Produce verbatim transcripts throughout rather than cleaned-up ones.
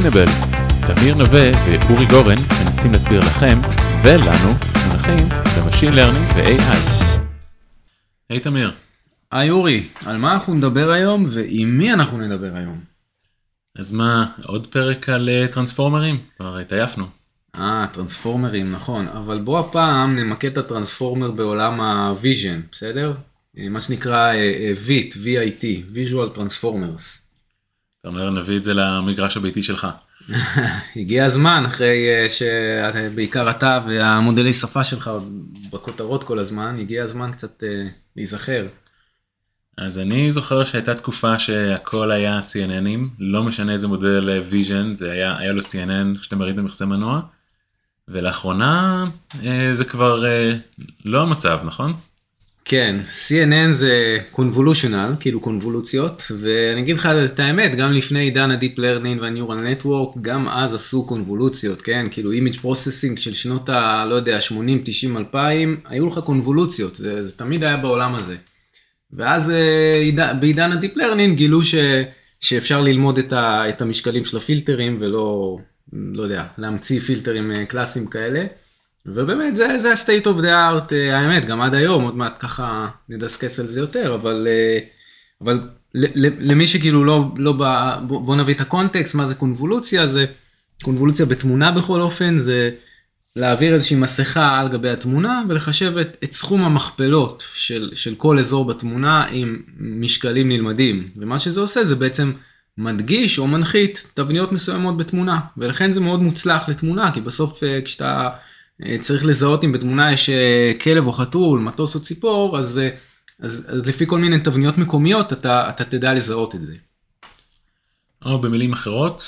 Explainable. תמיר נווה ואורי גורן מנסים להסביר לכם ולנו מונחים במשין לרנינג ו-איי איי. היי תמיר. היי אורי, על מה אנחנו נדבר היום ועם מי אנחנו נדבר היום? אז מה, עוד פרק על טרנספורמרים? כבר התעייפנו. אה, טרנספורמרים, נכון. אבל בוא הפעם נמקד את הטרנספורמר בעולם הוויז'ן, בסדר? מה שנקרא ויט, וי איי טי, Visual Transformers. אתה אומר, נביא את זה למגרש הביתי שלך. הגיע הזמן, אחרי שבעיקר אתה והמודלי שפה שלך בכותרות כל הזמן, הגיע הזמן קצת להיזכר. אז אני זוכר שהייתה תקופה שהכל היה סי אן אנים, לא משנה איזה מודל ויז'ן, זה היה, היה לו סי אן אן כשאתם מראית במכסה מנוע, ולאחרונה זה כבר לא המצב, נכון? כן, סי אן אן זה convolutional, כאילו קונבולוציות, ואני אגיד לך את האמת, גם לפני עידן ה-Deep Learning וה-Neural Network, גם אז עשו קונבולוציות, כן? כאילו Image Processing של שנות ה, לא יודע, שמונים, תשעים, אלפיים, היו לך קונבולוציות, זה, זה תמיד היה בעולם הזה. ואז בעידן ה-Deep Learning גילו ש, שאפשר ללמוד את, ה, את המשקלים של הפילטרים, ולא, לא יודע, להמציא פילטרים קלאסיים כאלה. ובאמת זה, זה ה-state of the art, האמת, גם עד היום, עוד מעט ככה נדסקס על זה יותר, אבל, אבל למי שכאילו לא, לא בא, בוא נביא את הקונטקסט, מה זה קונבולוציה, זה קונבולוציה בתמונה בכל אופן, זה להעביר איזושהי מסכה על גבי התמונה, ולחשב את, את סכום המכפלות של, של כל אזור בתמונה עם משקלים נלמדים, ומה שזה עושה זה בעצם מדגיש או מנחית תבניות מסוימות בתמונה, ולכן זה מאוד מוצלח לתמונה, כי בסוף כשאתה צריך לזהות אם בתמונה יש כלב או חתול, מטוס או ציפור, אז, אז, אז לפי כל מיני תבניות מקומיות אתה, אתה תדע לזהות את זה. או במילים אחרות,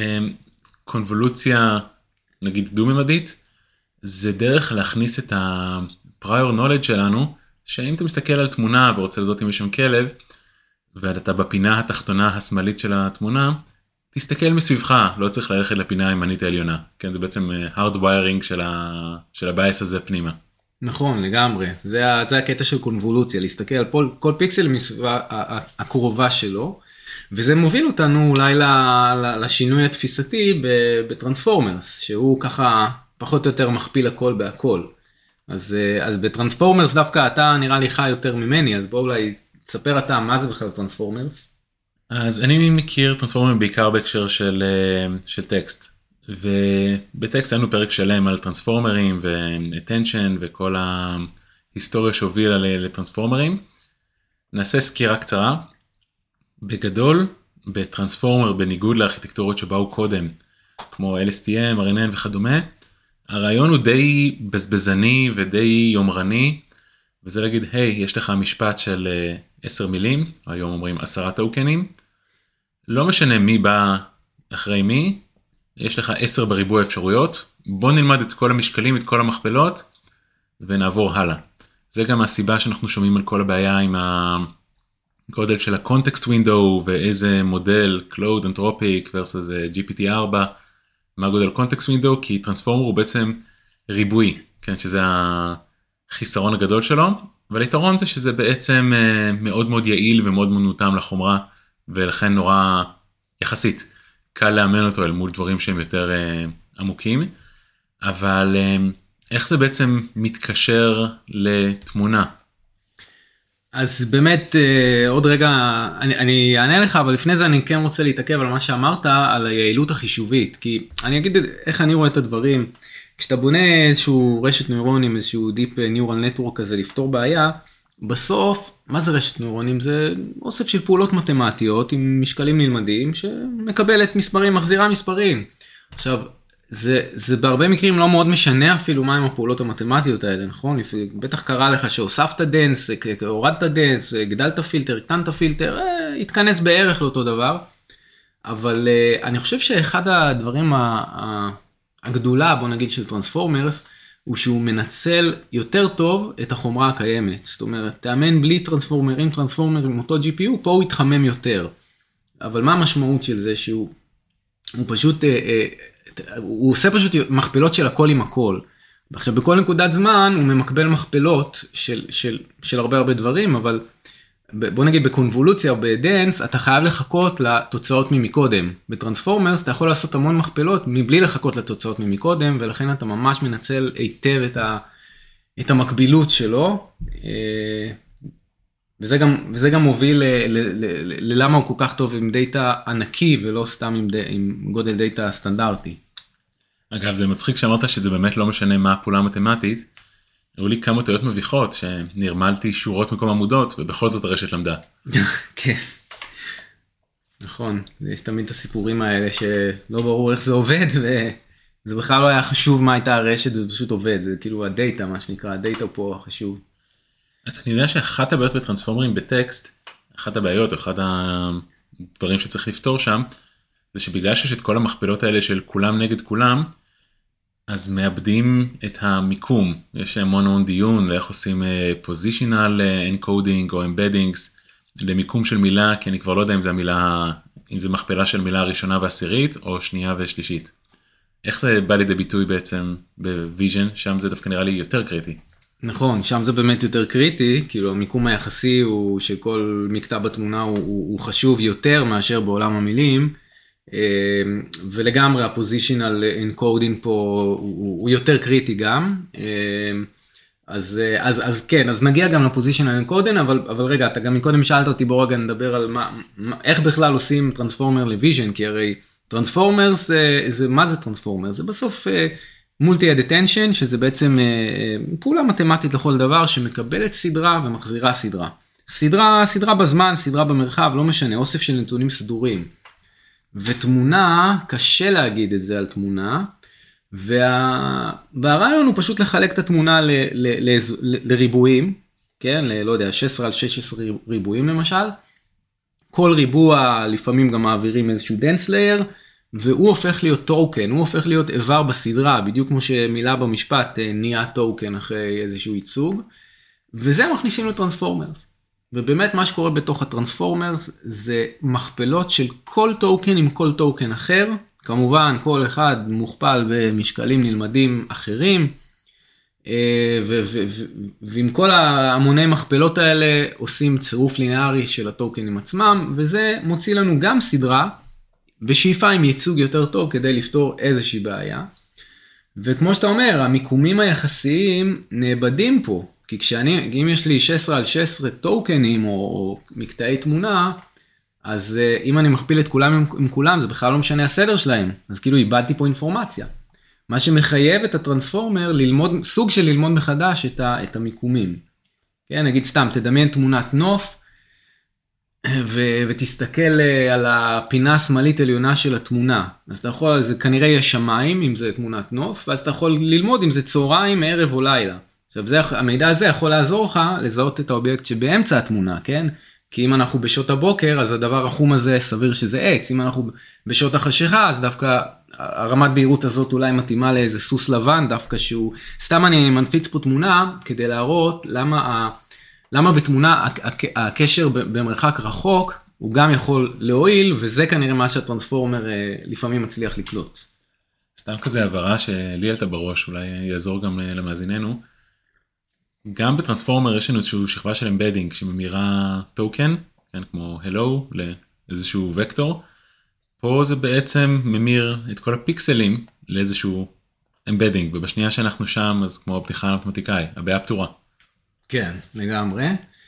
קונבולוציה, נגיד דו-ממדית, זה דרך להכניס את ה-prior knowledge שלנו, שאם אתה מסתכל על תמונה ורוצה לזהות אם יש שם כלב, ואתה בפינה התחתונה השמאלית של התמונה, תסתכל מסביבך, לא צריך ללכת לפינה הימנית העליונה. כן, זה בעצם hard wiring של, ה... של הבייס הזה פנימה. נכון, לגמרי. זה, ה... זה הקטע של קונבולוציה, להסתכל על כל, כל פיקסל מסביבה הקרובה שלו, וזה מוביל אותנו אולי לשינוי התפיסתי בטרנספורמרס, שהוא ככה פחות או יותר מכפיל הכל בהכל. אז, אז בטרנספורמרס דווקא אתה נראה לי חי יותר ממני, אז בוא אולי תספר אתה מה זה בכלל טרנספורמרס. אז אני מכיר טרנספורמרים בעיקר בהקשר של, של טקסט, ובטקסט היינו פרק שלם על טרנספורמרים ו-attention וכל ההיסטוריה שהובילה לטרנספורמרים. נעשה סקירה קצרה. בגדול, בטרנספורמר, בניגוד לארכיטקטורות שבאו קודם, כמו אל אס טי אם, אר אן אן וכדומה, הרעיון הוא די בזבזני ודי יומרני, וזה להגיד, היי, יש לך משפט של עשר מילים, היום אומרים עשרה טוקנים, לא משנה מי בא אחרי מי, יש לך עשר בריבוע אפשרויות, בוא נלמד את כל המשקלים, את כל המכפלות, ונעבור הלאה. זה גם הסיבה שאנחנו שומעים על כל הבעיה עם הגודל של ה-context window, ואיזה מודל, Cloud, Anthropic versus ג'י פי טי ארבע, מה גודל context window, כי טרנספורמר הוא בעצם ריבועי, כן, שזה החיסרון הגדול שלו, אבל היתרון זה שזה בעצם מאוד מאוד יעיל ומאוד מאוד מותאם לחומרה, ולכן נורא יחסית קל לאמן אותו אל מול דברים שהם יותר עמוקים, אבל איך זה בעצם מתקשר לתמונה? אז באמת עוד רגע אני, אני אענה לך, אבל לפני זה אני כן רוצה להתעכב על מה שאמרת על היעילות החישובית, כי אני אגיד איך אני רואה את הדברים. כשאתה בונה איזשהו רשת נוירונים, איזשהו Deep Neural Network כזה לפתור בעיה, בסוף, מה זה רשת נוירונים? זה אוסף של פעולות מתמטיות עם משקלים נלמדים, שמקבלת מספרים, מחזירה מספרים. עכשיו, זה, זה בהרבה מקרים לא מאוד משנה אפילו מה עם הפעולות המתמטיות האלה, נכון? בטח קרה לך שהוספת דנס, הורדת דנס, גדלת פילטר, הקטנת פילטר, התכנס בערך לאותו דבר. אבל אני חושב שאחד הדברים ה... הגדולה, בוא נגיד, של טרנספורמרס, הוא שהוא מנצל יותר טוב את החומרה הקיימת. זאת אומרת, תאמן בלי טרנספורמרים, טרנספורמר עם אותו ג'י פי יו, פה הוא יתחמם יותר. אבל מה המשמעות של זה? שהוא הוא פשוט, הוא עושה פשוט מכפלות של הכל עם הכל. עכשיו, בכל נקודת זמן הוא ממקבל מכפלות של, של, של הרבה הרבה דברים, אבל בוא נגיד בקונבולוציה או בדנס, אתה חייב לחכות לתוצאות ממקודם. בטרנספורמרס אתה יכול לעשות המון מכפלות מבלי לחכות לתוצאות ממקודם, ולכן אתה ממש מנצל היטב את, ה, את המקבילות שלו, וזה גם, וזה גם מוביל ללמה הוא כל כך טוב עם דאטה ענקי, ולא סתם עם, ד, עם גודל דאטה סטנדרטי. אגב, זה מצחיק שאמרת שזה באמת לא משנה מה הפעולה המתמטית, היו לי כמה טעויות מביכות שנרמלתי שורות מקום עמודות, ובכל זאת הרשת למדה. כן. נכון, יש תמיד את הסיפורים האלה שלא ברור איך זה עובד, וזה בכלל לא היה חשוב מה הייתה הרשת, זה פשוט עובד, זה כאילו הדאטה, מה שנקרא, הדאטה פה החשוב. אז אני יודע שאחת הבעיות בטרנספורמרים בטקסט, אחת הבעיות, אחד הדברים שצריך לפתור שם, זה שבגלל שיש את כל המכפלות האלה של כולם נגד כולם, אז מאבדים את המיקום. יש המון המון דיון לאיך עושים positional encoding או embeddings למיקום של מילה, כי אני כבר לא יודע אם זה המילה, אם זה מכפלה של מילה הראשונה והעשירית או שנייה ושלישית. איך זה בא לידי ביטוי בעצם בוויז'ן? שם זה דווקא נראה לי יותר קריטי. נכון, שם זה באמת יותר קריטי, כאילו המיקום היחסי הוא שכל מקטע בתמונה הוא, הוא, הוא חשוב יותר מאשר בעולם המילים, ולגמרי הפוזישיונל אנקודינג פה הוא, הוא יותר קריטי גם, אז, אז, אז כן, אז נגיע גם לפוזישיונל אנקודינג, אבל, אבל רגע, אתה גם מקודם שאלת אותי, בוא רגע נדבר על מה, מה, איך בכלל עושים טרנספורמר לוויז'ן, כי הרי טרנספורמר זה, זה, מה זה טרנספורמר? זה בסוף מולטי-אד אטנשן, שזה בעצם פעולה מתמטית לכל דבר, שמקבלת סדרה ומחזירה סדרה. סדרה, סדרה בזמן, סדרה במרחב, לא משנה, אוסף של נתונים סדורים. ותמונה, קשה להגיד את זה על תמונה, וה... והרעיון הוא פשוט לחלק את התמונה ל... ל... ל... לריבועים, כן, ל... לא יודע, שש עשרה על שש עשרה ריבועים למשל, כל ריבוע לפעמים גם מעבירים איזשהו דנס לייר, והוא הופך להיות טוקן, הוא הופך להיות איבר בסדרה, בדיוק כמו שמילה במשפט נהיה טוקן אחרי איזשהו ייצוג, וזה מכניסים לטרנספורמרס. ובאמת מה שקורה בתוך הטרנספורמרס זה מכפלות של כל טוקן עם כל טוקן אחר, כמובן כל אחד מוכפל במשקלים נלמדים אחרים, ועם כל המוני מכפלות האלה עושים צירוף לינארי של הטוקנים עצמם, וזה מוציא לנו גם סדרה, בשאיפה עם ייצוג יותר טוב כדי לפתור איזושהי בעיה. וכמו שאתה אומר, המיקומים היחסיים נאבדים פה, כי כשאני, אם יש לי שש עשרה על שש עשרה טוקנים או מקטעי תמונה, אז אם אני מכפיל את כולם עם, עם כולם, זה בכלל לא משנה הסדר שלהם. אז כאילו איבדתי פה אינפורמציה. מה שמחייב את הטרנספורמר ללמוד, סוג של ללמוד מחדש את, ה, את המיקומים. כן, נגיד סתם, תדמיין תמונת נוף, ו, ותסתכל על הפינה השמאלית עליונה של התמונה. אז אתה יכול, זה כנראה יש שמיים, אם זה תמונת נוף, ואז אתה יכול ללמוד אם זה צהריים, ערב או לילה. עכשיו, זה, המידע הזה יכול לעזור לך לזהות את האובייקט שבאמצע התמונה, כן? כי אם אנחנו בשעות הבוקר, אז הדבר החום הזה סביר שזה עץ. אם אנחנו בשעות החשיכה, אז דווקא הרמת בהירות הזאת אולי מתאימה לאיזה סוס לבן, דווקא שהוא, סתם אני מנפיץ פה תמונה, כדי להראות למה, למה בתמונה הקשר במרחק רחוק, הוא גם יכול להועיל, וזה כנראה מה שהטרנספורמר לפעמים מצליח לקלוט. סתם כזה הבהרה שלי עלתה בראש, אולי יעזור גם למאזיננו. גם בטרנספורמר יש לנו איזושהי שכבה של אמבדינג שממירה טוקן, כן, כמו hello לאיזשהו וקטור. פה זה בעצם ממיר את כל הפיקסלים לאיזשהו אמבדינג, ובשנייה שאנחנו שם, אז כמו הבדיחה המתמטיקאי, הבעיה פתורה. כן, לגמרי.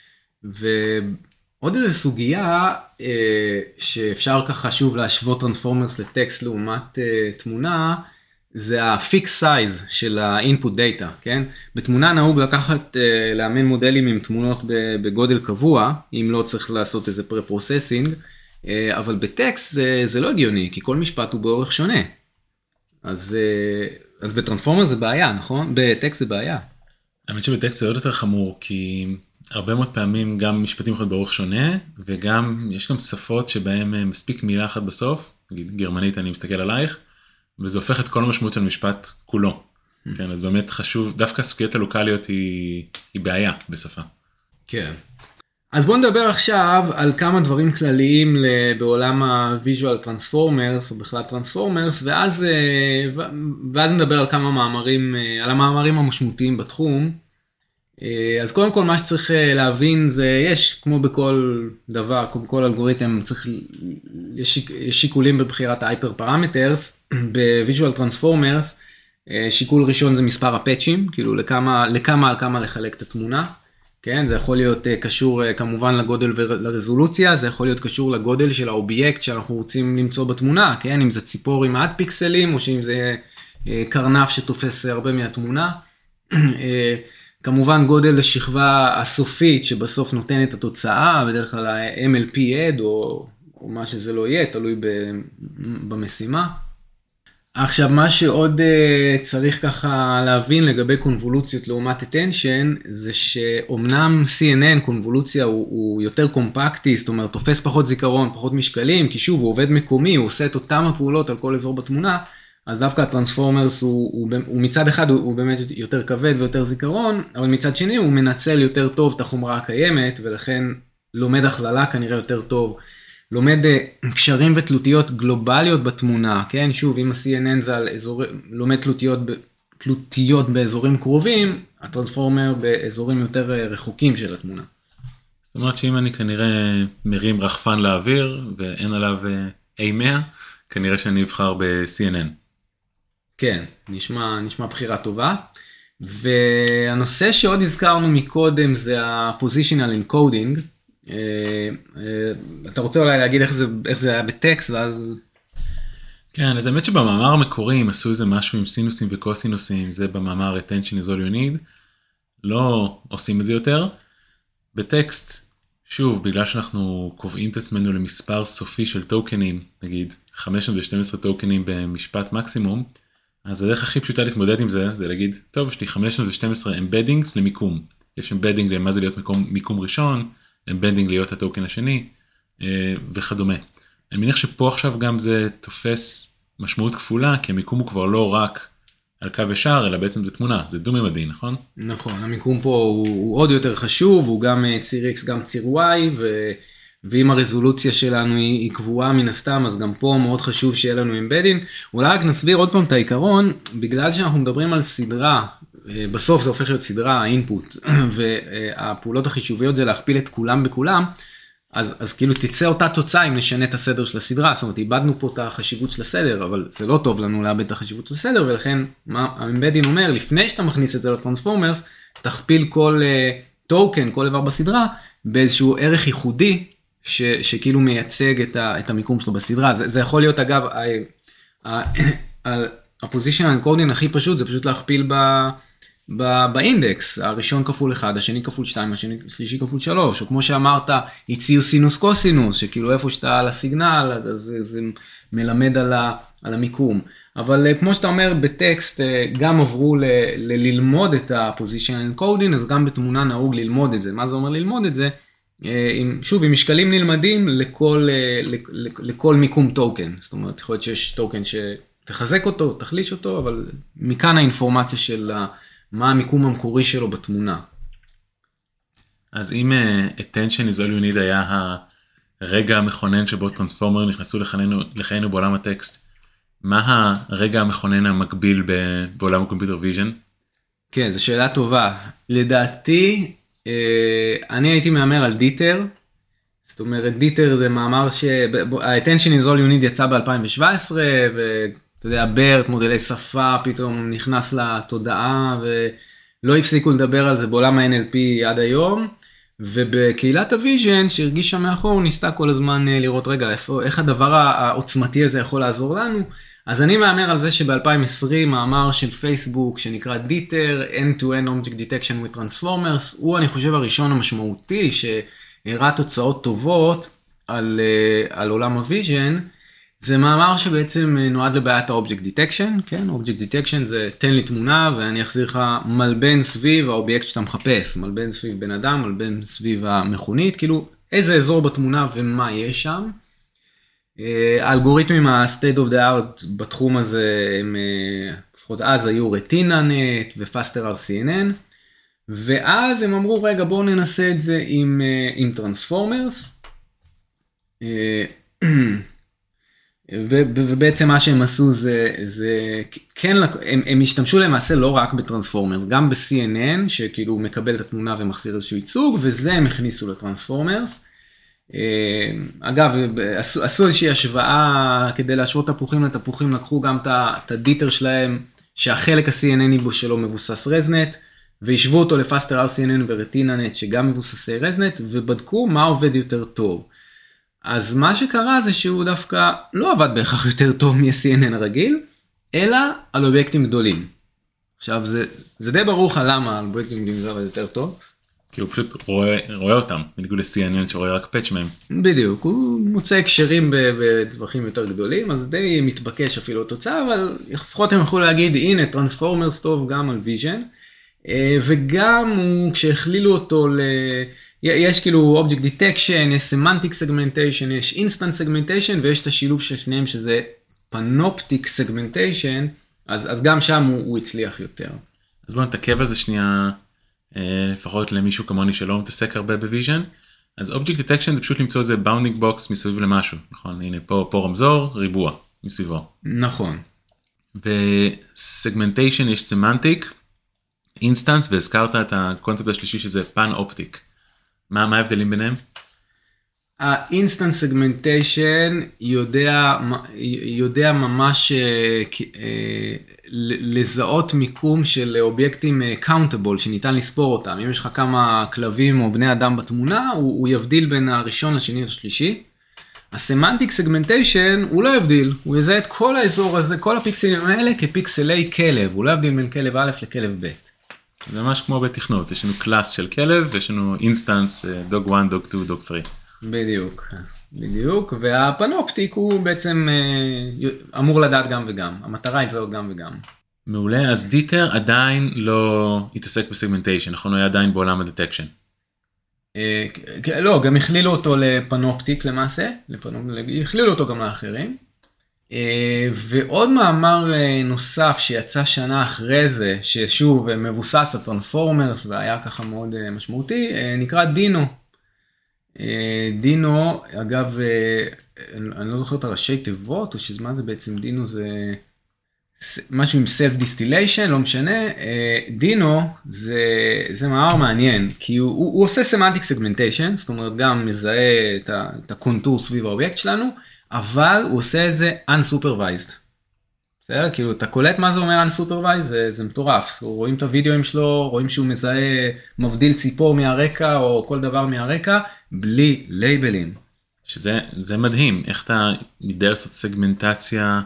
ועוד איזו סוגיה אה, שאפשר ככה שוב להשוות טרנספורמרס לטקסט לעומת אה, תמונה, זה ה-fix size של ה-input data, כן? בתמונה נהוג לקחת, uh, לאמן מודלים עם תמונות בגודל קבוע, אם לא צריך לעשות איזה pre-processing, uh, אבל בטקסט זה, זה לא הגיוני, כי כל משפט הוא באורך שונה. אז, uh, אז בטרנספורמר זה בעיה, נכון? בטקסט זה בעיה. האמת שבטקסט זה עוד יותר חמור, כי הרבה מאוד פעמים גם משפטים יכולים באורך שונה, וגם יש גם שפות שבהם מספיק מילה אחת בסוף, נגיד גרמנית אני מסתכל עלייך, וזה הופך את כל המשמעות של משפט כולו. כן, אז באמת חשוב, דווקא הסוגיות הלוקליות היא, היא בעיה בשפה. כן. אז בואו נדבר עכשיו על כמה דברים כלליים בעולם ה-Visual Transformers, או בכלל Transformers, ואז, ואז נדבר על כמה מאמרים, על המאמרים המשמעותיים בתחום. אז קודם כל מה שצריך להבין זה, יש כמו בכל דבר, כמו בכל אלגוריתם, צריך, יש, יש שיקולים בבחירת ההייפר פרמטרס, בוויז'ואל טרנספורמרס, שיקול ראשון זה מספר הפאצ'ים, כאילו לכמה, לכמה על כמה לחלק את התמונה, כן, זה יכול להיות קשור כמובן לגודל ולרזולוציה, זה יכול להיות קשור לגודל של האובייקט שאנחנו רוצים למצוא בתמונה, כן, אם זה ציפור עם מעט פיקסלים, או שאם זה קרנף שתופס הרבה מהתמונה, כמובן גודל השכבה הסופית שבסוף נותן את התוצאה, בדרך כלל ה-אם אל פי Ad או, או מה שזה לא יהיה, תלוי ב, במשימה. עכשיו מה שעוד uh, צריך ככה להבין לגבי קונבולוציות לעומת attention, זה שאומנם סי אן אן קונבולוציה הוא, הוא יותר קומפקטי, זאת אומרת תופס פחות זיכרון, פחות משקלים, כי שוב הוא עובד מקומי, הוא עושה את אותם הפעולות על כל אזור בתמונה, אז דווקא הטרנספורמרס הוא, הוא, הוא מצד אחד הוא, הוא באמת יותר כבד ויותר זיכרון, אבל מצד שני הוא מנצל יותר טוב את החומרה הקיימת, ולכן לומד הכללה כנראה יותר טוב, לומד קשרים ותלותיות גלובליות בתמונה, כן? שוב, אם ה-סי אן אן זה על אזור, לומד תלותיות, תלותיות באזורים קרובים, הטרנספורמר באזורים יותר רחוקים של התמונה. זאת אומרת שאם אני כנראה מרים רחפן לאוויר ואין עליו איי מאה, כנראה שאני אבחר ב-סי אן אן. כן, נשמע, נשמע בחירה טובה. והנושא שעוד הזכרנו מקודם זה ה-positional encoding. אתה רוצה אולי להגיד איך זה, איך זה היה בטקסט ואז... כן, אז האמת שבמאמר המקורי הם עשו איזה משהו עם סינוסים וקוסינוסים, זה במאמר attention is all you need, לא עושים את זה יותר. בטקסט, שוב, בגלל שאנחנו קובעים את עצמנו למספר סופי של טוקנים, נגיד חמש מאות ושתים עשרה טוקנים במשפט מקסימום, אז הדרך הכי פשוטה להתמודד עם זה, זה להגיד, טוב, יש לי חמש מאות ושתים עשרה אמבדינגס למיקום. יש אמבדינג למה זה להיות מיקום, מיקום ראשון, אמבדינג להיות הטוקן השני, וכדומה. אני מניח שפה עכשיו גם זה תופס משמעות כפולה, כי המיקום הוא כבר לא רק על קו ישר, אלא בעצם זה תמונה, זה דו-ממדי, נכון? נכון, המיקום פה הוא, הוא עוד יותר חשוב, הוא גם ציר X, גם ציר Y, ו... ואם הרזולוציה שלנו היא, היא קבועה מן הסתם, אז גם פה מאוד חשוב שיהיה לנו אמבדינג. אולי רק נסביר עוד פעם את העיקרון, בגלל שאנחנו מדברים על סדרה, בסוף זה הופך להיות סדרה, האינפוט, והפעולות החישוביות זה להכפיל את כולם בכולם, אז, אז כאילו תצא אותה תוצאה אם נשנה את הסדר של הסדרה, זאת אומרת, איבדנו פה את החשיבות של הסדר, אבל זה לא טוב לנו לאבד את החשיבות של הסדר, ולכן מה האמבדינג אומר, לפני שאתה מכניס את זה לטרנספורמרס, תכפיל כל טוקן, כל דבר בסדרה, באיזשהו ערך ייחודי, ש, שכאילו מייצג את, ה, את המיקום שלו בסדרה. זה, זה יכול להיות אגב, ה-positional encoding הכי פשוט, זה פשוט להכפיל ב, ב, באינדקס, הראשון כפול אחד, השני כפול שתיים, השלישי כפול שלוש, או כמו שאמרת, הציעו סינוס קוסינוס, שכאילו איפה שאתה על הסיגנל, אז זה, זה מלמד על, ה, על המיקום. אבל כמו שאתה אומר, בטקסט גם עברו ל, ל, ללמוד את ה-positional encoding, אז גם בתמונה נהוג ללמוד את זה. מה זה אומר ללמוד את זה? עם, שוב, עם משקלים נלמדים לכל, לכל מיקום טוקן. זאת אומרת, יכול להיות שיש טוקן שתחזק אותו, תחליש אותו, אבל מכאן האינפורמציה של מה המיקום המקורי שלו בתמונה. אז אם uh, attention is all you need היה הרגע המכונן שבו טרנספורמר נכנסו לחיינו, לחיינו בעולם הטקסט, מה הרגע המכונן המקביל בעולם הקומפיוטר ויז'ן? כן, זו שאלה טובה. לדעתי, אני הייתי מאמר על דיטר, זאת אומרת דיטר זה מאמר שה-attention is all you need יצא ב-אלפיים שבע עשרה, ואתה יודע, ברט, מודלי שפה, פתאום נכנס לתודעה, ולא הפסיקו לדבר על זה בעולם ה-אן אל פי עד היום, ובקהילת הוויז'ן שהרגישה מאחור, ניסתה כל הזמן לראות, רגע, איפה, איך הדבר העוצמתי הזה יכול לעזור לנו, אז אני מאמר על זה שב-אלפיים ועשרים מאמר של פייסבוק שנקרא דיטר, End-to-End Object Detection with Transformers, הוא אני חושב הראשון המשמעותי שהראה תוצאות טובות על, על עולם הוויז'ן, זה מאמר שבעצם נועד לבעיית ה-Object Detection, כן? Object Detection זה תן לי תמונה ואני אחזיר לך מלבן סביב האובייקט שאתה מחפש, מלבן סביב בן אדם, מלבן סביב המכונית, כאילו איזה אזור בתמונה ומה יש שם. האלגוריתמים ה-state of the art בתחום הזה, הם, לפחות אז היו רטיננט ופסטר אר סי אן אן, ואז הם אמרו, רגע בואו ננסה את זה עם, עם טרנספורמרס, ובעצם מה שהם עשו זה, זה כן, הם, הם השתמשו למעשה לא רק בטרנספורמרס, גם ב-סי אן אן, שכאילו הוא מקבל את התמונה ומחזיר איזשהו ייצוג, וזה הם הכניסו לטרנספורמרס. אגב, עשו, עשו איזושהי השוואה, כדי להשוות תפוחים לתפוחים, לקחו גם את הדיטר שלהם, שהחלק ה-סי אן אן בו שלו מבוסס רזנט, והשוו אותו לפסטר אר סי אן אן ורטיננט, שגם מבוססי רזנט, ובדקו מה עובד יותר טוב. אז מה שקרה זה שהוא דווקא לא עבד בהכרח יותר טוב מ-סי אן אן הרגיל, אלא על אובייקטים גדולים. עכשיו, זה, זה די ברור לך למה על אובייקטים גדולים זה עבד יותר טוב. כי הוא פשוט רואה, רואה אותם, בניגוד ל-סי אן אן שרואה רק פאץ' מהם. בדיוק, הוא מוצא הקשרים בטווחים יותר גדולים, אז די מתבקש אפילו תוצאה, אבל לפחות הם יכולו להגיד, הנה, טרנספורמרס טוב גם על ויז'ן, וגם הוא, כשהכלילו אותו ל... יש כאילו Object Detection, יש Semantic Segmentation, יש Instant Segmentation, ויש את השילוב של שניהם שזה Panoptic Segmentation, אז, אז גם שם הוא, הוא הצליח יותר. אז בואו נתעכב על זה שנייה, לפחות למישהו כמוני שלא מתעסק הרבה בוויז'ן. אז Object Detection זה פשוט למצוא איזה Bounding Box מסביב למשהו, נכון? הנה פה, פה רמזור, ריבוע מסביבו. נכון. ב-Segmentation יש Semantic, Instance, והזכרת את הקונספט השלישי שזה Pan-Optic. מה, מה ההבדלים ביניהם? ה-Instant Segmentation יודע, יודע ממש לזהות מיקום של אובייקטים countable שניתן לספור אותם. אם יש לך כמה כלבים או בני אדם בתמונה, הוא, הוא יבדיל בין הראשון לשני לשלישי. ה-Semantic Segmentation הוא לא יבדיל, הוא יזהה את כל האזור הזה, כל הפיקסלים האלה כפיקסלי כלב, הוא לא יבדיל בין כלב א' לכלב ב'. זה ממש כמו בתכנות, יש לנו קלאס של כלב, ויש לנו אינסטנס, דוג אחת, דוג שתיים, דוג שלוש. בדיוק, בדיוק, והפנופטיק הוא בעצם אמור לדעת גם וגם, המטרה היא לזהות גם וגם. מעולה, אז דיטר עדיין לא התעסק בסגמנטיישן, נכון? הוא היה עדיין בעולם הדטקשן. לא, גם הכלילו אותו לפנופטיק למעשה, הכלילו אותו גם לאחרים. ועוד מאמר נוסף שיצא שנה אחרי זה, ששוב מבוסס על טרנספורמרס והיה ככה מאוד משמעותי, נקרא דינו. דינו, אגב, אני לא זוכר את הראשי תיבות, או שמה זה בעצם דינו זה משהו עם self distillation, לא משנה. דינו זה, זה מאמר מעניין, כי הוא, הוא, הוא עושה semantic segmentation, זאת אומרת גם מזהה את, ה, את הקונטור סביב האובייקט שלנו, אבל הוא עושה את זה unsupervised. בסדר? כאילו, אתה קולט מה זה אומר unsupervised? זה, זה מטורף. רואים את הוידאוים שלו, רואים שהוא מזהה, מבדיל ציפור מהרקע, או כל דבר מהרקע, בלי לייבלים. שזה, זה מדהים. איך אתה יודע לעשות סגמנטציה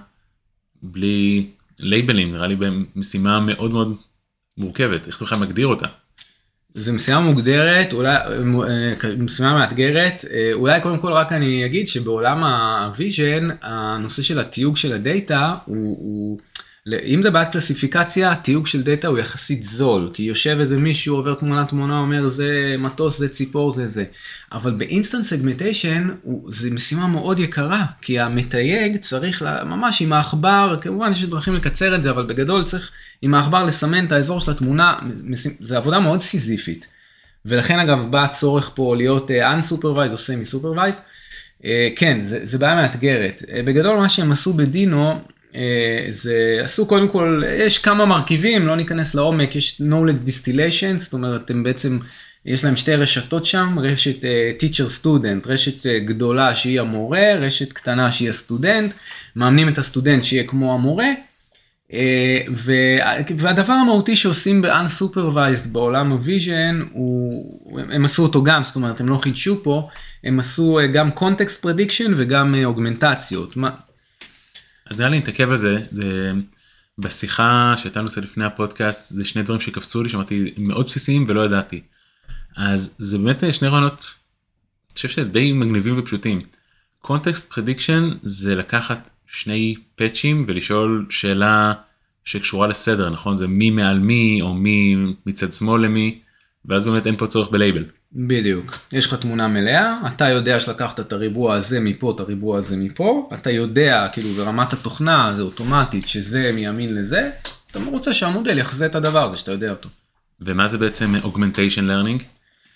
בלי לייבלים? נראה לי במשימה מאוד מאוד מורכבת. איך אתה בכלל מגדיר אותה? זה משימה מוגדרת, אולי, משימה מאתגרת, אולי קודם כל רק אני אגיד שבעולם הוויז'ן, הנושא של התיוג של הדאטה, הוא, הוא, אם זה בעד קלסיפיקציה, התיוג של דאטה הוא יחסית זול, כי יושב איזה מישהו, עובר תמונה תמונה, אומר זה מטוס, זה ציפור, זה זה. אבל באינסטנט סגמנטיישן, זה משימה מאוד יקרה, כי המתייג צריך לה, ממש עם העכבר, כמובן יש דרכים לקצר את זה, אבל בגדול צריך עם העכבר לסמן את האזור של התמונה, זה עבודה מאוד סיזיפית. ולכן אגב בא הצורך פה להיות unsupervised או semi-supervised. כן, זה, זה בעיה מאתגרת. בגדול מה שהם עשו בדינו, זה עשו קודם כל, יש כמה מרכיבים, לא ניכנס לעומק, יש knowledge distillation, זאת אומרת, הם בעצם, יש להם שתי רשתות שם, רשת uh, teacher student, רשת uh, גדולה שהיא המורה, רשת קטנה שהיא הסטודנט, מאמנים את הסטודנט שיהיה כמו המורה, uh, והדבר המהותי שעושים ב-unsupervised בעולם הוויז'ן, הם, הם עשו אותו גם, זאת אומרת, הם לא חידשו פה, הם עשו uh, גם context prediction וגם uh, אוגמנטציות, מה? אז נראה לי נתעכב על זה, זה בשיחה שהייתה נושא לפני הפודקאסט, זה שני דברים שקפצו לי, שמעתי מאוד בסיסיים ולא ידעתי. אז זה באמת שני רעיונות, אני חושב שדי מגניבים ופשוטים. Context Prediction זה לקחת שני פאצ'ים ולשאול שאלה שקשורה לסדר, נכון? זה מי מעל מי או מי מצד שמאל למי, ואז באמת אין פה צורך בלייבל. בדיוק. יש לך תמונה מלאה, אתה יודע שלקחת את הריבוע הזה מפה, את הריבוע הזה מפה, אתה יודע, כאילו ברמת התוכנה, זה אוטומטית, שזה מימין לזה, אתה רוצה שהמודל יחזה את הדבר הזה, שאתה יודע אותו. ומה זה בעצם Augmentation Learning?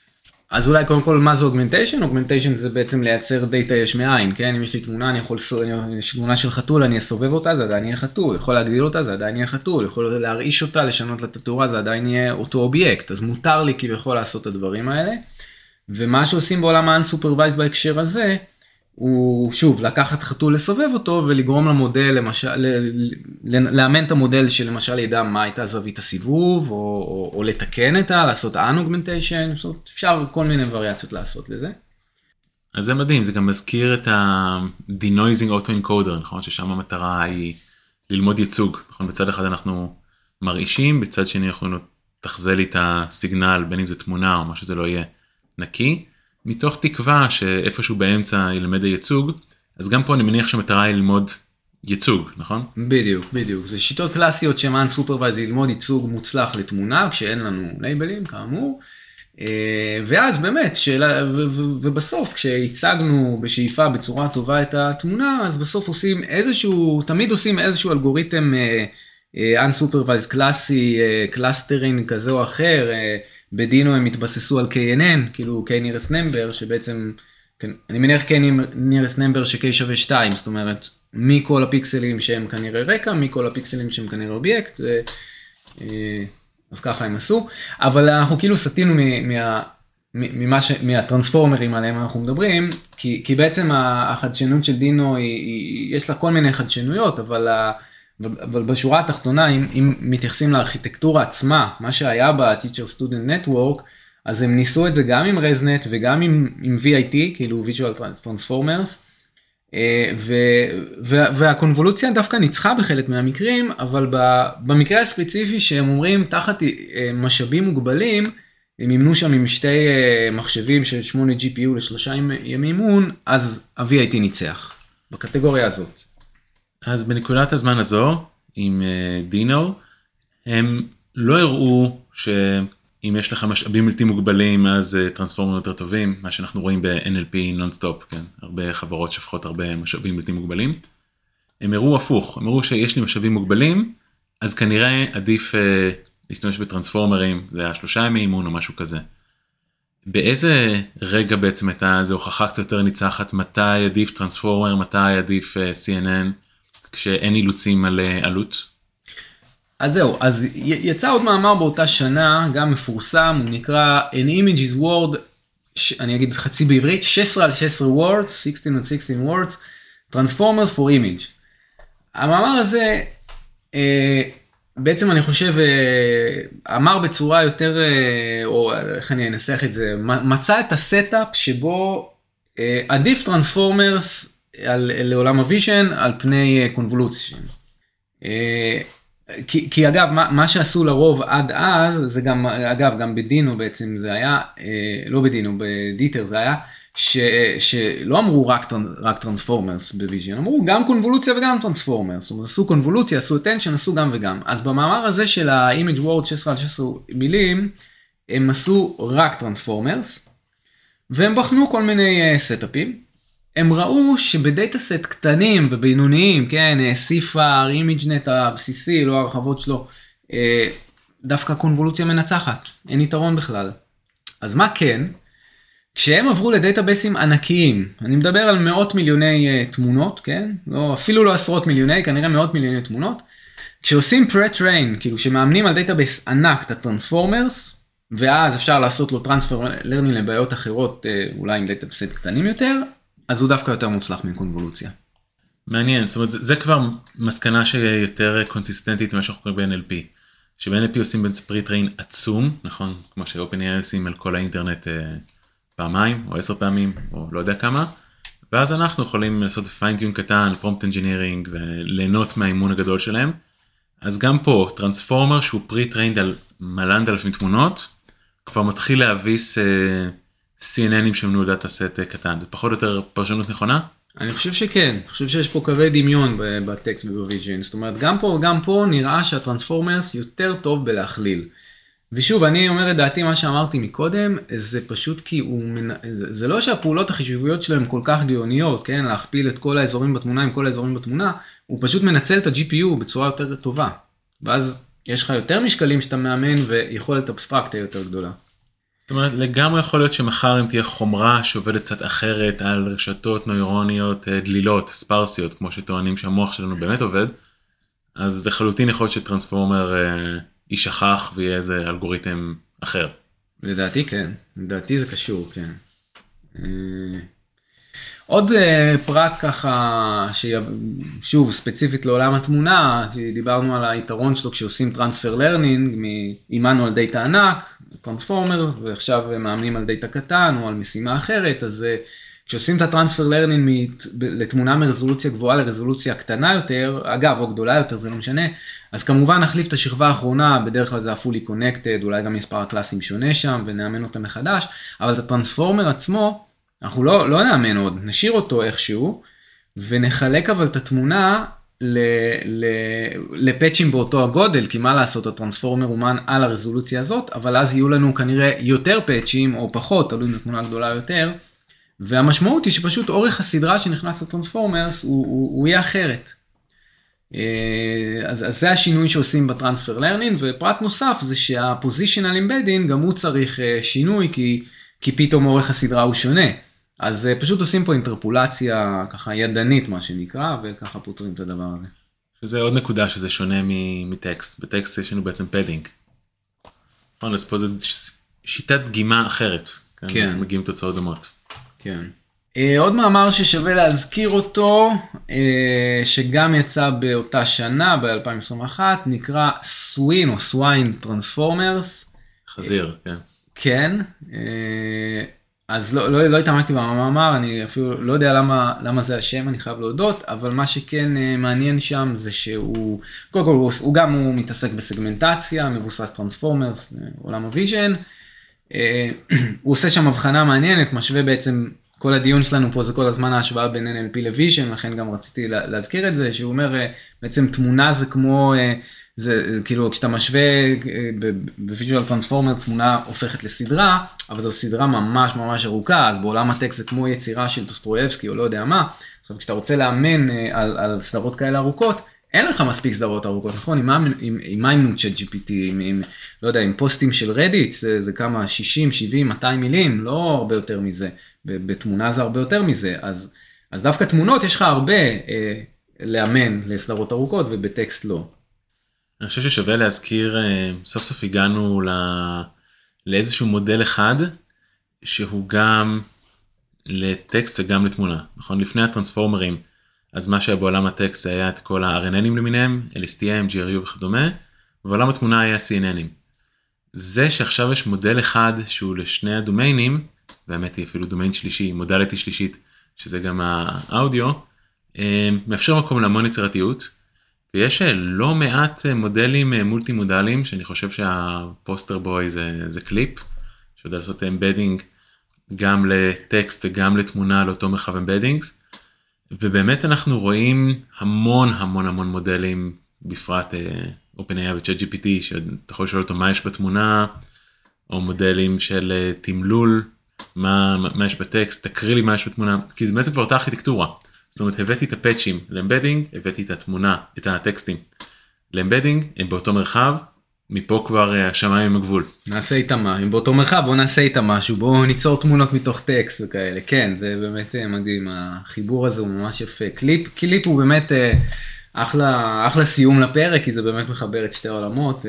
אז אולי קודם כל מה זה אוגמנטיישן? אוגמנטיישן זה בעצם לייצר דאטה יש מאין, כן? אם יש לי תמונה, אני יכול, יש תמונה של חתול, אני אסובב אותה, זה עדיין יהיה חתול, יכול להגדיל אותה, זה עדיין יהיה חתול, יכול להרעיש אותה, לשנות לה את התאורה, זה עדיין יהיה אותו אובייקט, אז מותר לי כביכול לעשות את הדברים האלה, ומה שעושים בעולם ה-unsupervised בהקשר הזה, הוא שוב, לקחת חתול לסובב אותו, ולגרום למודל, למשל, לאמן את המודל שלמשל ידע מה הייתה זווית הסיבוב, או, או, או לתקן אותה, לעשות un-augmentation, אפשר כל מיני וריאציות לעשות לזה. אז זה מדהים, זה גם מזכיר את ה-denoising auto-encoder, נכון? ששם המטרה היא ללמוד ייצוג, נכון? בצד אחד אנחנו מרעישים, בצד שני אנחנו תחזה לי את הסיגנל, בין אם זה תמונה או מה שזה לא יהיה נקי, מתוך תקווה שאיפשהו באמצע ילמד הייצוג, אז גם פה אני מניח שהמטרה היא ללמוד ייצוג, נכון? בדיוק, בדיוק. זה שיטות קלאסיות שהן unsupervised, ללמוד ייצוג מוצלח לתמונה, כשאין לנו לייבלים, כאמור. ואז באמת, שאלה, ו- ו- ובסוף, כשהצגנו בשאיפה בצורה טובה את התמונה, אז בסוף עושים איזשהו, תמיד עושים איזשהו אלגוריתם unsupervised קלאסי, קלאסטרינג כזה או אחר, בדינו הם התבססו על קיי אן אן, כאילו K-nearest number, שבעצם, אני מניח K-nearest number ש-K שווה שתיים, זאת אומרת, מכל הפיקסלים שהם כנראה רקע, מכל הפיקסלים שהם כנראה אובייקט, ו... אז ככה הם עשו, אבל אנחנו כאילו סטינו מה... ממה ש... מהטרנספורמרים עליהם אנחנו מדברים, כי, כי בעצם החדשנות של דינו, היא, היא, יש לה כל מיני חדשנויות, אבל, ה... אבל בשורה התחתונה, אם, אם מתייחסים לארכיטקטורה עצמה, מה שהיה ב-Teacher Student Network, אז הם ניסו את זה גם עם ResNet וגם עם, עם וי איי טי, כאילו Visual Transformers, ו, ו, והקונבולוציה דווקא ניצחה בחלק מהמקרים, אבל במקרה הספציפי שהם אומרים, תחת משאבים מוגבלים, הם ימנו שם עם שתי מחשבים של שמונה ג'י פי יו לשלושה ימי אימון, אז ה-וי איי טי ניצח, בקטגוריה הזאת. אז בנקודת הזמן הזו, עם דינו, הם לא הראו שאם יש לך משאבים בלתי מוגבלים, אז טרנספורמרים יותר טובים, מה שאנחנו רואים ב-אן אל פי נון-סטופ, כן? הרבה חברות שפחות הרבה משאבים בלתי מוגבלים. הם הראו הפוך, הם הראו שיש לי משאבים מוגבלים, אז כנראה עדיף אה, להשתמש בטרנספורמרים, זה היה שלושה ימי אימון או משהו כזה. באיזה רגע בעצם הייתה זו הוכחה קצת יותר ניצחת, מתי עדיף טרנספורמר, מתי עדיף אה, סי אן אן, כשאין אילוצים על אה, עלות? אז זהו, אז יצא עוד מאמר באותה שנה, גם מפורסם, הוא נקרא An Image is Word, ש... אני אגיד חצי בעברית, שש עשרה על שש עשרה words, שש עשרה על שש עשרה words, Transformers for Image. המאמר הזה, אה, בעצם אני חושב, אה, אמר בצורה יותר, אה, או איך אני אנסח את זה, מצא את הסטאפ שבו אה, עדיף Transformers על, לעולם הוויז'ן על פני קונבולוציה. אה, כי, כי אגב, מה, מה שעשו לרוב עד אז, זה גם, אגב, גם בדינו בעצם זה היה, אה, לא בדינו, בדיטר זה היה, ש, שלא אמרו רק, רק טרנספורמרס בוויז'ן, אמרו גם קונבולוציה וגם טרנספורמרס, זאת אומרת, עשו קונבולוציה, עשו attention, עשו גם וגם. אז במאמר הזה של ה-image word שש עשרה על שש עשרה מילים, הם עשו רק טרנספורמרס, והם בחנו כל מיני סטאפים, הם ראו שבדאטה סט קטנים ובינוניים, כן, סיפר, אימג'נט הבסיסי, לא הרחבות שלו, דווקא קונבולוציה מנצחת, אין יתרון בכלל. אז מה כן? כשהם עברו לדאטאבייסים ענקיים, אני מדבר על מאות מיליוני תמונות, כן? לא, אפילו לא עשרות מיליוני, כנראה מאות מיליוני תמונות, כשעושים pre-train, כאילו שמאמנים על דאטאבייס ענק את הטרנספורמרס, ואז אפשר לעשות לו טרנספר לרנינג לבעיות אחרות, אולי עם דאטאבייס קטנים יותר, אז הוא דווקא יותר מוצלח מקונבולוציה. מעניין, זאת אומרת, זה כבר מסקנה שיותר קונסיסטנטית ממה שאנחנו קוראים ב-אן אל פי. שב-אן אל פי עושים פרי-טריין עצום, נכון? כמו ש-OpenAI עושים על כל האינטרנט אה, פעמיים, או עשר פעמים, או לא יודע כמה. ואז אנחנו יכולים לעשות פיינטיון קטן, פרומפט אנג'ינירינג, וליהנות מהאימון הגדול שלהם. אז גם פה, טרנספורמר שהוא פרי-טריינד על מלנד אלפים תמונות, כבר מתחיל להביס... אה, סי אן אנים שמנו דאטה סט קטן, זה פחות או יותר פרשנות נכונה? אני חושב שכן, אני חושב שיש פה קווי דמיון בטקסט ובוויז'ן, זאת אומרת גם פה, גם פה נראה שהטרנספורמרס יותר טוב בלהכליל. ושוב, אני אומר את דעתי מה שאמרתי מקודם, זה פשוט כי הוא, זה, זה לא שהפעולות החישוביות שלהם כל כך גאוניות, כן, להכפיל את כל האזורים בתמונה עם כל האזורים בתמונה, הוא פשוט מנצל את ה-ג'י פי יו בצורה יותר טובה. ואז יש לך יותר משקלים שאתה מאמן ויכולת אבסטרקטיה יותר גדולה. זאת אומרת, לגמרי יכול להיות שמחר אם תהיה חומרה שעובדת קצת אחרת על רשתות נוירוניות דלילות, ספרסיות, כמו שטוענים שהמוח שלנו באמת עובד, אז לחלוטין יכול להיות שטרנספורמר יישכח ויהיה איזה אלגוריתם אחר. לדעתי כן, לדעתי זה קשור, כן. עוד פרט ככה, שוב, ספציפית לעולם התמונה, דיברנו על היתרון שלו כשעושים טרנספר לרנינג, אימנו על דאטה ענק, טרנספורמר, ועכשיו מאמנים על דאטה קטן או על משימה אחרת, אז כשעושים את הטרנספר לרנינג לתמונה מרזולוציה גבוהה לרזולוציה קטנה יותר, אגב, או גדולה יותר, זה לא משנה, אז כמובן נחליף את השכבה האחרונה, בדרך כלל זה fully connected, אולי גם מספר הקלאסים שונה שם, ונאמן אותם מחדש, אבל את הטרנספורמר עצמו, אנחנו לא, לא נאמן עוד, נשאיר אותו איכשהו, ונחלק אבל את התמונה לפאצ'ים באותו הגודל, כי מה לעשות, הטרנספורמר אומן על הרזולוציה הזאת, אבל אז יהיו לנו כנראה יותר פאצ'ים, או פחות, תלוי בתמונה גדולה יותר, והמשמעות היא שפשוט אורך הסדרה שנכנס לטרנספורמרס, הוא, הוא, הוא יהיה אחרת. אז, אז זה השינוי שעושים בטרנספר לרנינג, ופרט נוסף זה שהפוזישיונל אמבדינג, גם הוא צריך שינוי, כי, כי פתאום אורך הסדרה הוא שונה. אז פשוט עושים פה אינטרפולציה ככה ידנית, מה שנקרא, וככה פותרים את הדבר הזה. שזה עוד נקודה שזה שונה מטקסט. בטקסט יש לנו בעצם פדינג. אז פה זה שיטת דגימה אחרת. כן. מגיעים תוצאות דומות. כן. עוד מאמר ששווה להזכיר אותו, שגם יצא באותה שנה, ב-אלפיים עשרים ואחת, נקרא סווין או סוויין טרנספורמרס. חזיר, כן. כן. אז לא, לא, לא התעמקתי במאמר, אני אפילו לא יודע למה, למה זה השם, אני חייב להודות, אבל מה שכן מעניין שם זה שהוא, קודם כל הוא, הוא גם הוא מתעסק בסגמנטציה, מבוסס טרנספורמרס, עולם הוויז'ן, הוא עושה שם הבחנה מעניינת, משווה בעצם, כל הדיון שלנו פה זה כל הזמן ההשוואה בין אן אל פי לוויז'ן, לכן גם רציתי להזכיר את זה, שהוא אומר, בעצם תמונה זה כמו, זה כאילו כשאתה משווה בוויז'ואל טרנספורמר, תמונה הופכת לסדרה, אבל זו סדרה ממש ממש ארוכה, אז בעולם הטקסט זה כמו יצירה של דוסטרויבסקי או לא יודע מה, עכשיו כשאתה רוצה לאמן על, על סדרות כאלה ארוכות, אין לך מספיק סדרות ארוכות, נכון? עם, עם, עם מיינוט של ג'י פי טי, עם, עם, לא יודע, עם פוסטים של רדיט, זה, זה כמה שישים, שבעים, מאתיים מילים, לא הרבה יותר מזה. בתמונה זה הרבה יותר מזה. אז, אז דווקא תמונות יש לך הרבה אה, לאמן לסדרות ארוכות, ובטקסט לא. אני חושב ששווה להזכיר, אה, סוף סוף הגענו ל, לאיזשהו מודל אחד, שהוא גם לטקסט וגם לתמונה. נכון? לפני הטרנספורמרים, אז מה שהיה בעולם הטקסט זה היה את כל ה-אר אן אנים למיניהם, אל אס טי אם, ג'י אר יו וכדומה, ובעולם התמונה היה סי אן אנים. זה שעכשיו יש מודל אחד שהוא לשני הדומיינים, באמת היא אפילו דומיין שלישי, מודליטי שלישית, שזה גם האודיו, מאפשר מקום להמון יצירתיות, ויש לא מעט מודלים מולטי מודליים, שאני חושב שהפוסטר בוי זה, זה קליפ, שיודע לעשות אמבדינג גם לטקסט וגם לתמונה לאותו מרחב אמבדינגס, ובאמת אנחנו רואים המון המון המון מודלים, בפרט OpenAI ו-צ'אט ג'י פי טי, שאתה יכול לשאול אותו מה יש בתמונה, או מודלים של תמלול, מה, מה יש בטקסט, תקריא לי מה יש בתמונה, כי זה בעצם כבר אותה ארכיטקטורה. זאת אומרת, הבאתי את הפאצ'ים לאמבדינג, הבאתי את התמונה, את הטקסטים לאמבדינג, הם באותו מרחב, מפה כבר השמיים עם הגבול. נעשה איתם מה, אם באותו מרחב, בואו נעשה איתם משהו, בואו ניצור תמונות מתוך טקסט וכאלה. כן, זה באמת מדהים, החיבור הזה הוא ממש יפה. קליפ, קליפ הוא באמת אחלה, אחלה סיום לפרק, כי זה באמת מחבר את שתי העולמות.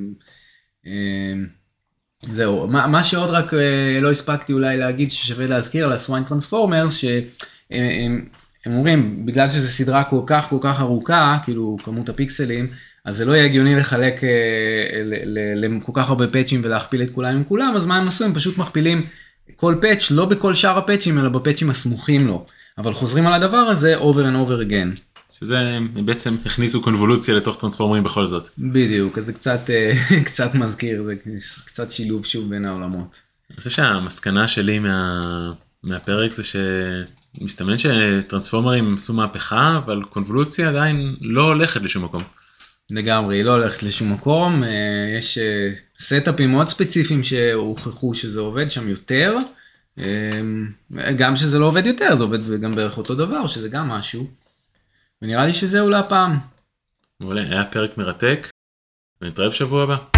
זהו, מה, מה שעוד רק לא הספקתי אולי להגיד ששווה להזכיר על הסוויין טרנספורמרס, שהם אומרים, בגלל שזו סדרה כל כך כל כך ארוכה, כאילו כמות הפיקסלים, אז זה לא יהיה הגיוני לחלק לכל כך הרבה פאצ'ים ולהכפיל את כולם עם כולם, אז מה הם עשו? הם פשוט מכפילים כל פאצ' לא בכל שאר הפאצ'ים, אלא בפאצ'ים הסמוכים לו, אבל חוזרים על הדבר הזה over and over again. שזה בעצם הכניסו קונבולוציה לתוך טרנספורמרים בכל זאת. בדיוק, אז זה קצת, קצת מזכיר, זה קצת שילוב שוב בין העולמות. אני חושב שהמסקנה שלי מה, מהפרק זה שמסתמן שטרנספורמרים עשו מהפכה, אבל קונבולוציה עדיין לא הולכת לשום מקום. לגמרי, היא לא הולכת לשום מקום, יש סטאפים מאוד ספציפיים שהוכחו שזה עובד שם יותר, גם שזה לא עובד יותר, זה עובד גם בערך אותו דבר, שזה גם משהו. ונראה לי שזה אולי הפעם. מעולה, היה פרק מרתק, ונתראה בשבוע הבא.